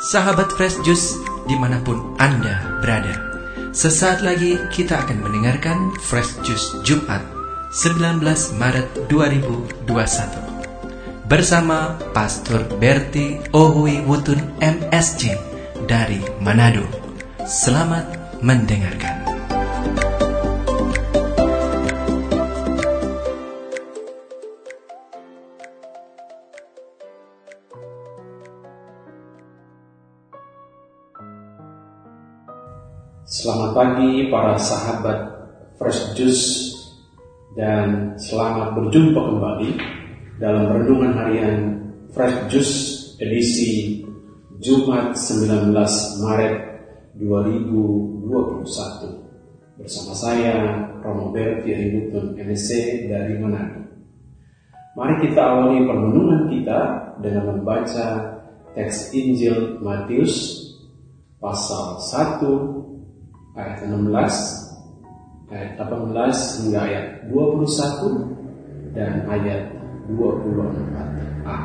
Sahabat Fresh Juice dimanapun Anda berada, sesaat lagi kita akan mendengarkan Fresh Juice Jumat 19 Maret 2021 bersama Pastor Berti Ohui Wutun MSC dari Manado. Selamat mendengarkan. Selamat pagi para sahabat Fresh Juice dan selamat berjumpa kembali dalam renungan harian Fresh Juice edisi Jumat 19 Maret 2021 bersama saya Romo Berti Wutun MSC dari Manado. Mari kita awali permenungan kita dengan membaca teks Injil Matius pasal 1 ayat 16, ayat 18 hingga ayat 21 dan ayat 24a.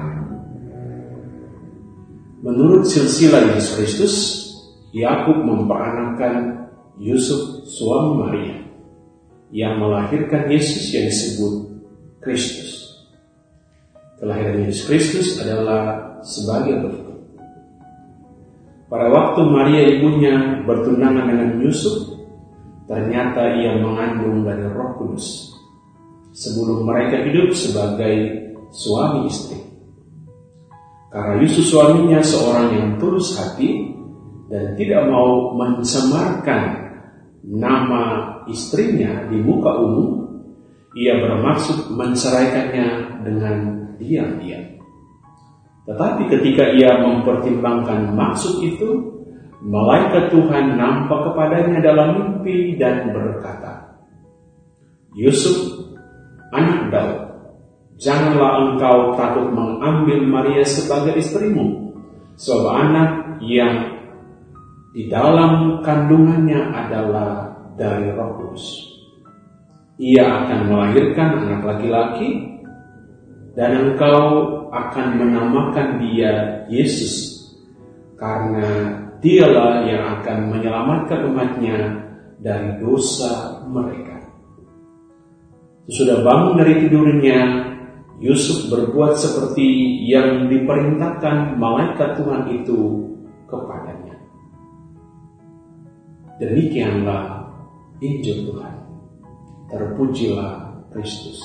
Menurut silsilah Yesus Kristus, Yakub memperanakkan Yusuf suami Maria yang melahirkan Yesus yang disebut Kristus. Kelahiran Yesus Kristus adalah sebagai berikut. Pada waktu Maria ibunya bertunangan dengan Yusuf, ternyata ia mengandung dari Roh Kudus sebelum mereka hidup sebagai suami istri. Karena Yusuf suaminya seorang yang tulus hati dan tidak mau mencemarkan nama istrinya di muka umum, ia bermaksud menceraikannya dengan diam-diam. Tetapi ketika ia mempertimbangkan maksud itu, malaikat Tuhan nampak kepadanya dalam mimpi dan berkata, "Yusuf, anak Daud, janganlah engkau takut mengambil Maria sebagai istrimu, sebab anak yang di dalam kandungannya adalah dari Roh Kudus. Ia akan melahirkan anak laki-laki, dan engkau akan menamakan dia Yesus, karena dialah yang akan menyelamatkan umatnya dari dosa mereka." Sesudah bangun dari tidurnya, Yusuf berbuat seperti yang diperintahkan malaikat Tuhan itu kepadanya. Demikianlah Injil Tuhan. Terpujilah Kristus.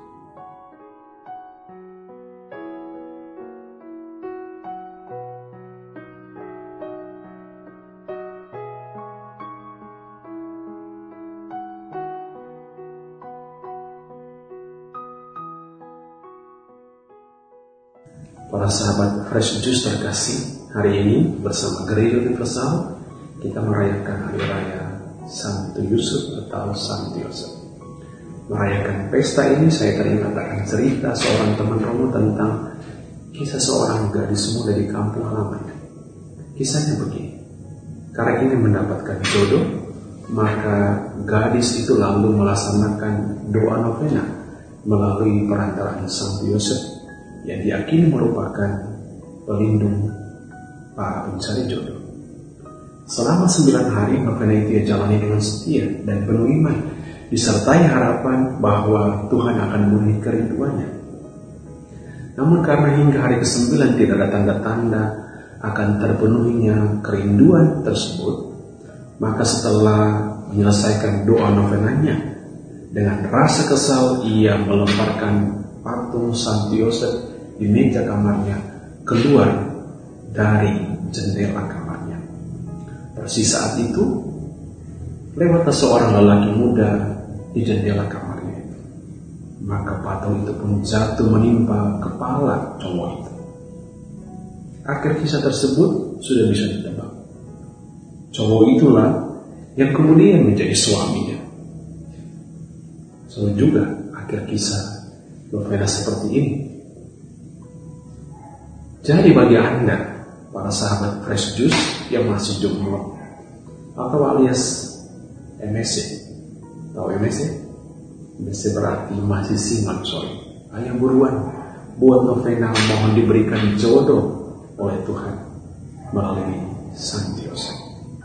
Para sahabat Fresh Juice terkasih, hari ini bersama Gereja Universal kita merayakan hari raya Santo Yusuf atau Santo Yosef. Merayakan pesta ini saya teringat akan cerita seorang teman Romo tentang kisah seorang gadis muda di kampung halamannya. Kisahnya begini: karena ingin mendapatkan jodoh, maka gadis itu lalu melaksanakan doa novena melalui perantaraan Santo Yosef yang diyakini merupakan pelindung para pencari jodoh. Selama 9 hari novena itu ia jalani dengan setia dan penuh iman, disertai harapan bahwa Tuhan akan memenuhi kerinduannya. Namun karena hingga hari ke-9 tidak ada tanda-tanda akan terpenuhinya kerinduan tersebut, maka setelah menyelesaikan doa novenanya, dengan rasa kesal ia melemparkan patung Santo Yosef di meja kamarnya keluar dari jendela kamarnya. Persis saat itu lewatlah seorang lelaki muda di jendela kamarnya itu. Maka patung itu pun jatuh menimpa kepala cowok itu. Akhir kisah tersebut sudah bisa ditebak. Cowok itulah yang kemudian menjadi suaminya. So juga akhir kisah novena seperti ini. Jadi bagi Anda, para sahabat Fresh Juice yang masih jomblo atau alias MSC, tahu MSC? MSC berarti masih single, Ayo buruan buat novena mohon diberikan jodoh oleh Tuhan. melalui Santo Yosef.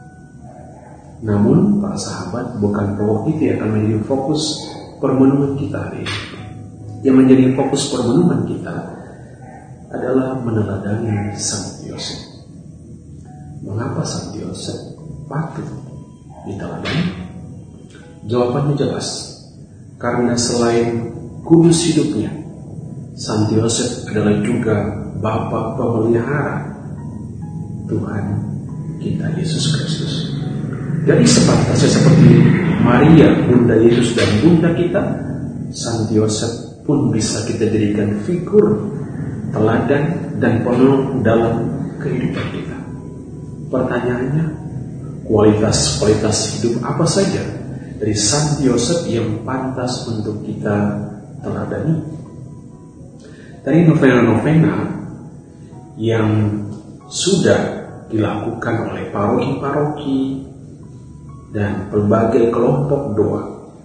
Namun, para sahabat, bukan bahwa itu yang akan menjadi fokus permenungan kita hari ini. Yang menjadi fokus permenungan kita adalah meneladani Santo Yosef. Mengapa Santo Yosef patut diteladani? Jawabannya jelas. Karena selain kudus hidupnya, Santo Yosef adalah juga Bapa pemelihara Tuhan kita Yesus Kristus. Jadi sepantasnya seperti Maria, Bunda Yesus dan Bunda kita, Santo Yosef pun bisa kita jadikan figur teladan dan penolong dalam kehidupan kita. Pertanyaannya, kualitas hidup apa saja dari Santo Yosef yang pantas untuk kita teladani? Dari novena-novena yang sudah dilakukan oleh paroki-paroki dan berbagai kelompok doa,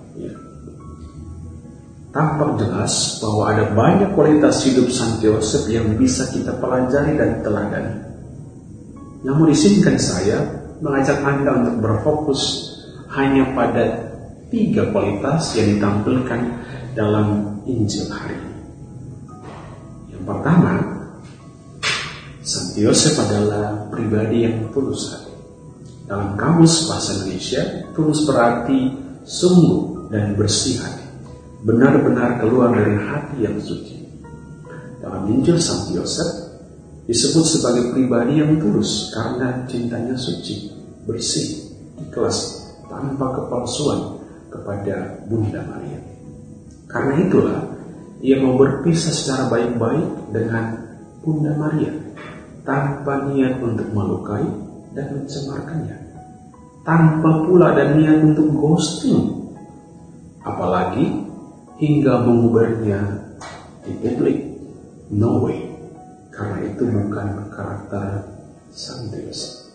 tampak jelas bahwa ada banyak kualitas hidup Santo Yosef yang bisa kita pelajari dan teladani. Namun izinkan saya mengajak Anda untuk berfokus hanya pada 3 kualitas yang ditampilkan dalam Injil hari ini. Yang pertama, Santo Yosef adalah pribadi yang tulus hati. Dalam kamus bahasa Indonesia, tulus berarti sungguh dan bersih hati, benar-benar keluar dari hati yang suci. Dalam Injil, Santo Yosef disebut sebagai pribadi yang tulus karena cintanya suci, bersih, ikhlas, tanpa kepalsuan kepada Bunda Maria. Karena itulah ia mau berpisah secara baik-baik dengan Bunda Maria, tanpa niat untuk melukai dan mencemarkannya, tanpa pula ada niat untuk ghosting, apalagi hingga mengubarnya di publik. No way, karena itu bukan karakter Santo Yosef.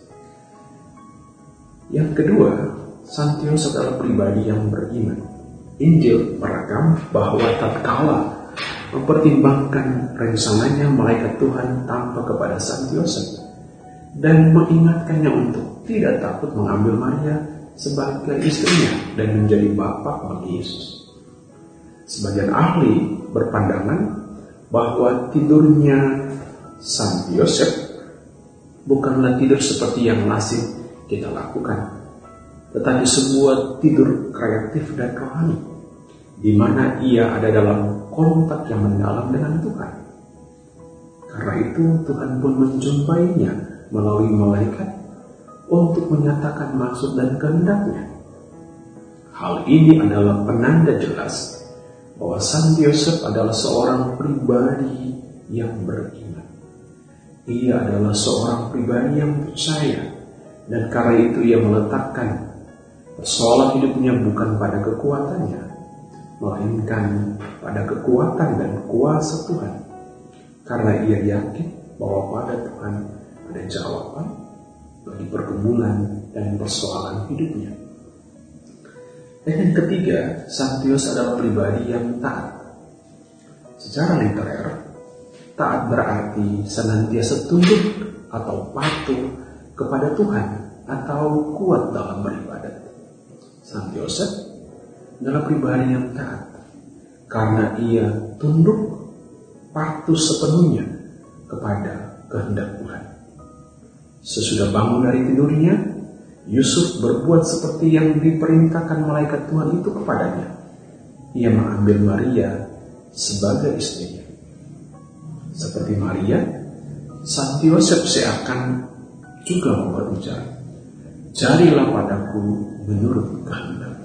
Yang kedua, Santo Yosef adalah pribadi yang beriman. Injil merekam bahwa tatkala mempertimbangkan rencananya malaikat Tuhan tampak kepada Santo Yosef dan mengingatkannya untuk tidak takut mengambil Maria sebagai istrinya dan menjadi bapa bagi Yesus. Sebagian ahli berpandangan bahwa tidurnya Santo Yosef bukanlah tidur seperti yang lazim kita lakukan, tetapi sebuah tidur kreatif dan rohani, di mana ia ada dalam kontak yang mendalam dengan Tuhan. Karena itu Tuhan pun menjumpainya melalui malaikat untuk menyatakan maksud dan kehendaknya. Hal ini adalah penanda jelas bahwa Santo Yosef adalah seorang pribadi yang beriman. Ia adalah seorang pribadi yang percaya, dan karena itu ia meletakkan persoalan hidupnya bukan pada kekuatannya, melainkan pada kekuatan dan kuasa Tuhan. Karena ia yakin bahwa pada Tuhan ada jawaban bagi pergumulan dan persoalan hidupnya. Dan yang ketiga, Santo Yosef adalah pribadi yang taat. Secara literer, taat berarti senantiasa tunduk atau patuh kepada Tuhan atau kuat dalam beribadat. Santo Yosef adalah pribadi yang taat karena ia tunduk patuh sepenuhnya kepada kehendak Tuhan. Sesudah bangun dari tidurnya, Yusuf berbuat seperti yang diperintahkan malaikat Tuhan itu kepadanya. Ia mengambil Maria sebagai istrinya. Seperti Maria, Santo Yosef seakan juga mau berujar, "Jadilah padaku menurut kehendak."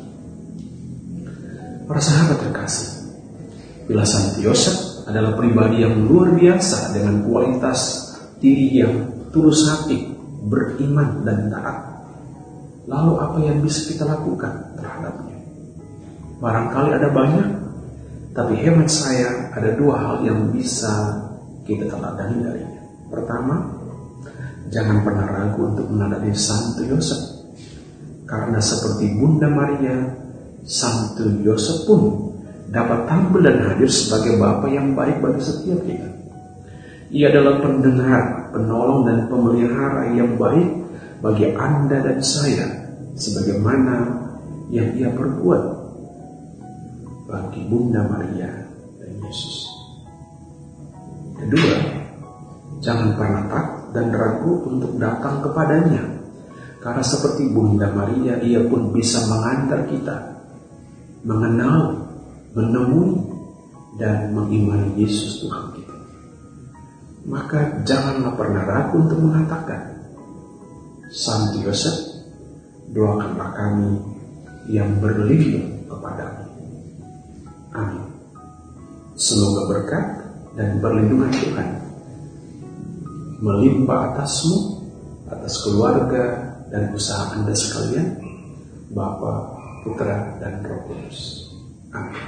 Para sahabat terkasih, bila Santo Yosef adalah pribadi yang luar biasa dengan kualitas diri yang tulus hati, beriman dan taat, lalu apa yang bisa kita lakukan terhadapnya? Barangkali ada banyak, tapi hemat saya ada 2 hal yang bisa kita teladani darinya. Pertama, jangan pernah ragu untuk meneladani Santo Yosef, karena seperti Bunda Maria, Santo Yosef pun dapat tampil dan hadir sebagai Bapa yang baik bagi setiap kita. Ia adalah pendengar, penolong dan pemelihara yang baik bagi Anda dan saya, sebagaimana yang Ia perbuat bagi Bunda Maria dan Yesus. Kedua, jangan pernah takut dan ragu untuk datang kepadanya, karena seperti Bunda Maria, Ia pun bisa mengantar kita mengenal, menemui, dan mengimani Yesus Tuhan kita. Maka janganlah pernah ragu untuk mengatakan, Santo Yosef, doakanlah kami yang berlindung kepadamu. Amin. Semoga berkat dan perlindungan Tuhan melimpah atasmu, atas keluarga dan usaha Anda sekalian, Bapa, Putra, dan Roh Kudus. Amin.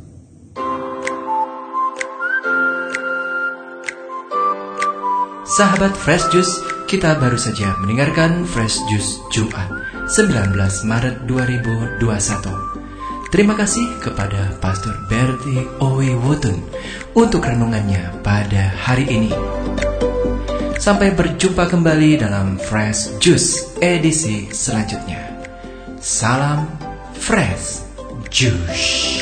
Sahabat Fresh Juice, kita baru saja mendengarkan Fresh Juice Jumat 19 Maret 2021. Terima kasih kepada Pastor Bertie Owe Wotun untuk renungannya pada hari ini. Sampai berjumpa kembali dalam Fresh Juice edisi selanjutnya. Salam Fresh Juice.